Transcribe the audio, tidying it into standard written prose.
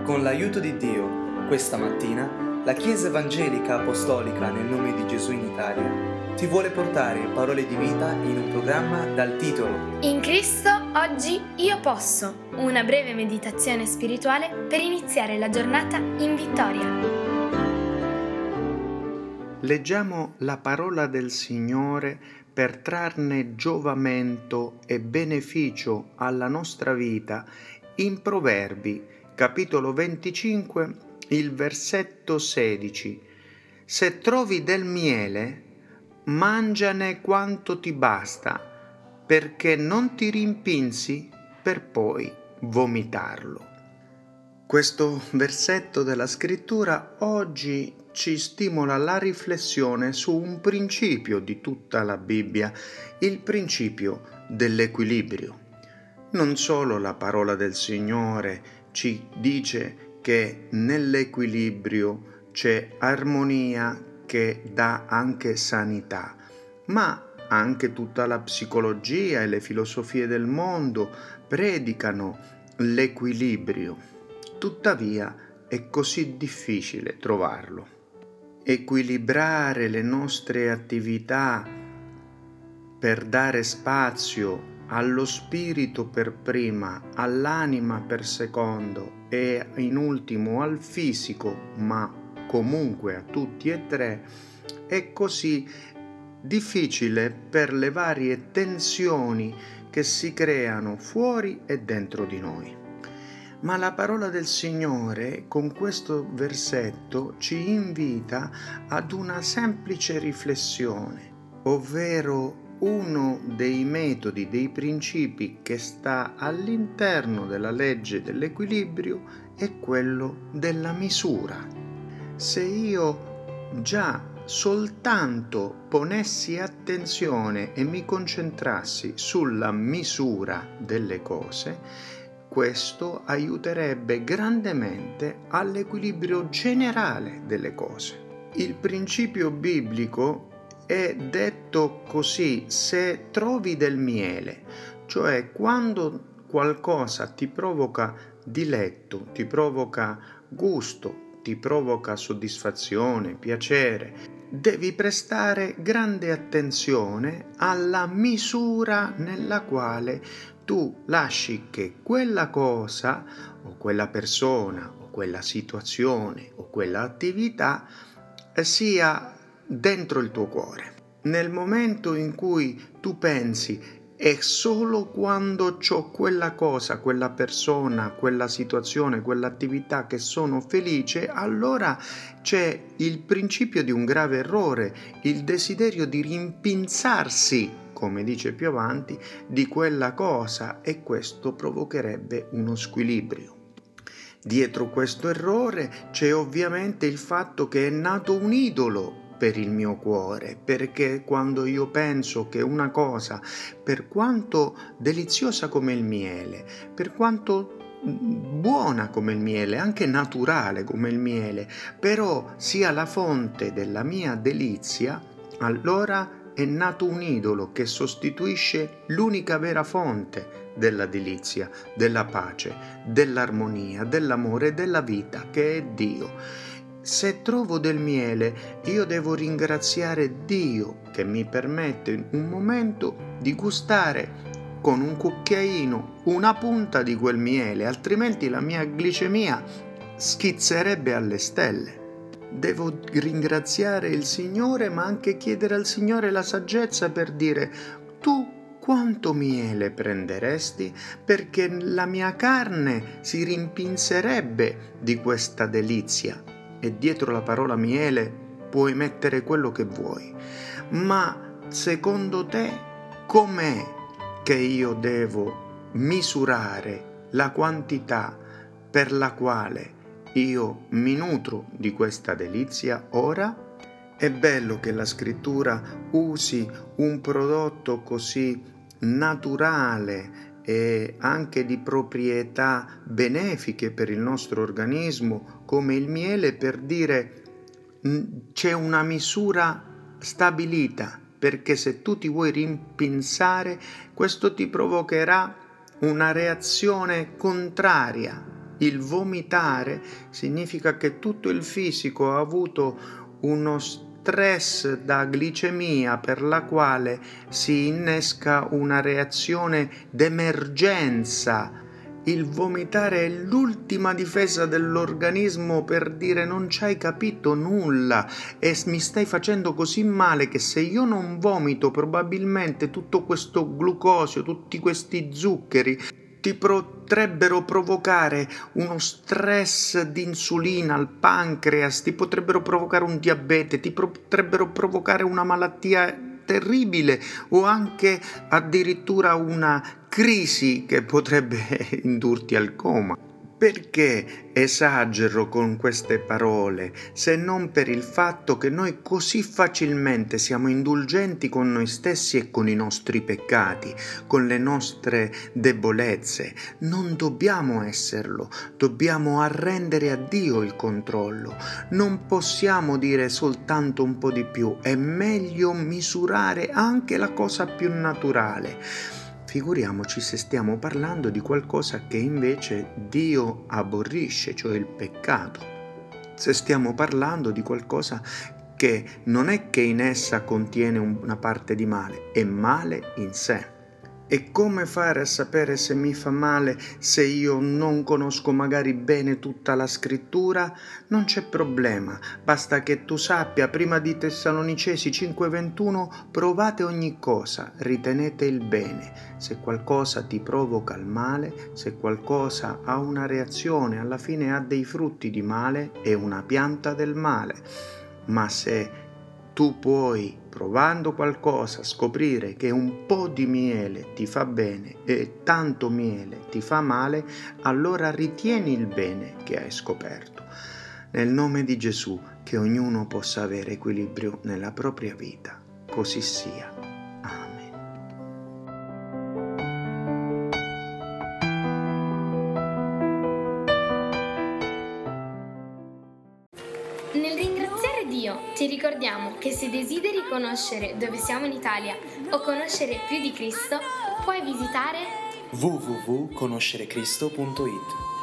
Con l'aiuto di Dio, questa mattina, la Chiesa Evangelica Apostolica nel nome di Gesù in Italia ti vuole portare parole di vita in un programma dal titolo In Cristo oggi io posso, una breve meditazione spirituale per iniziare la giornata in vittoria. Leggiamo la parola del Signore per trarne giovamento e beneficio alla nostra vita in Proverbi, capitolo 25, il versetto 16. Se trovi del miele, mangiane quanto ti basta, perché non ti rimpinzi per poi vomitarlo. Questo versetto della scrittura oggi ci stimola la riflessione su un principio di tutta la Bibbia, il principio dell'equilibrio. Non solo la parola del Signore ci dice che nell'equilibrio c'è armonia che dà anche sanità, ma anche tutta la psicologia e le filosofie del mondo predicano l'equilibrio. Tuttavia è così difficile trovarlo. Equilibrare le nostre attività per dare spazio allo spirito per prima, all'anima per secondo e in ultimo al fisico, ma comunque a tutti e tre, è così difficile per le varie tensioni che si creano fuori e dentro di noi. Ma la parola del Signore con questo versetto ci invita ad una semplice riflessione, ovvero uno dei metodi, dei principi che sta all'interno della legge dell'equilibrio è quello della misura. Se io già soltanto ponessi attenzione e mi concentrassi sulla misura delle cose, questo aiuterebbe grandemente all'equilibrio generale delle cose. Il principio biblico è detto così: se trovi del miele, cioè quando qualcosa ti provoca diletto, ti provoca gusto, ti provoca soddisfazione, piacere, devi prestare grande attenzione alla misura nella quale tu lasci che quella cosa o quella persona o quella situazione o quella attività sia dentro il tuo cuore. Nel momento in cui tu pensi è solo quando c'ho quella cosa, quella persona, quella situazione, quell'attività che sono felice, allora c'è il principio di un grave errore, il desiderio di rimpinzarsi, come dice più avanti, di quella cosa, e questo provocherebbe uno squilibrio. Dietro questo errore c'è ovviamente il fatto che è nato un idolo per il mio cuore, perché quando io penso che una cosa, per quanto deliziosa come il miele, per quanto buona come il miele, anche naturale come il miele, però sia la fonte della mia delizia, allora è nato un idolo che sostituisce l'unica vera fonte della delizia, della pace, dell'armonia, dell'amore e della vita, che è Dio. Se trovo del miele, io devo ringraziare Dio che mi permette in un momento di gustare con un cucchiaino una punta di quel miele, altrimenti la mia glicemia schizzerebbe alle stelle. Devo ringraziare il Signore, ma anche chiedere al Signore la saggezza per dire: tu quanto miele prenderesti? Perché la mia carne si rimpinzerebbe di questa delizia. E dietro la parola miele puoi mettere quello che vuoi. Ma secondo te com'è che io devo misurare la quantità per la quale io mi nutro di questa delizia ora? È bello che la scrittura usi un prodotto così naturale e anche di proprietà benefiche per il nostro organismo come il miele per dire c'è una misura stabilita, perché se tu ti vuoi rimpinzare questo ti provocherà una reazione contraria. Il vomitare significa che tutto il fisico ha avuto uno stress da glicemia per la quale si innesca una reazione d'emergenza. Il vomitare è l'ultima difesa dell'organismo per dire non ci hai capito nulla e mi stai facendo così male che se io non vomito probabilmente tutto questo glucosio, tutti questi zuccheri ti potrebbero provocare uno stress di insulina al pancreas, ti potrebbero provocare un diabete, ti potrebbero provocare una malattia terribile o anche addirittura una crisi che potrebbe indurti al coma. Perché esagero con queste parole, se non per il fatto che noi così facilmente siamo indulgenti con noi stessi e con i nostri peccati, con le nostre debolezze. Non dobbiamo esserlo, dobbiamo arrendere a Dio il controllo. Non possiamo dire soltanto un po' di più, è meglio misurare anche la cosa più naturale. Figuriamoci se stiamo parlando di qualcosa che invece Dio aborrisce, cioè il peccato. Se stiamo parlando di qualcosa che non è che in essa contiene una parte di male, è male in sé. E come fare a sapere se mi fa male se io non conosco magari bene tutta la scrittura? Non c'è problema, basta che tu sappia, prima di Tessalonicesi 5:21, provate ogni cosa, ritenete il bene. Se qualcosa ti provoca il male, se qualcosa ha una reazione, alla fine ha dei frutti di male, è una pianta del male. Ma se tu puoi, provando qualcosa, scoprire che un po' di miele ti fa bene e tanto miele ti fa male, allora ritieni il bene che hai scoperto. Nel nome di Gesù, che ognuno possa avere equilibrio nella propria vita. Così sia. Amen. Nel ringraziare Dio ti ricordiamo che se desideri conoscere dove siamo in Italia o conoscere più di Cristo, puoi visitare www.conoscerecristo.it.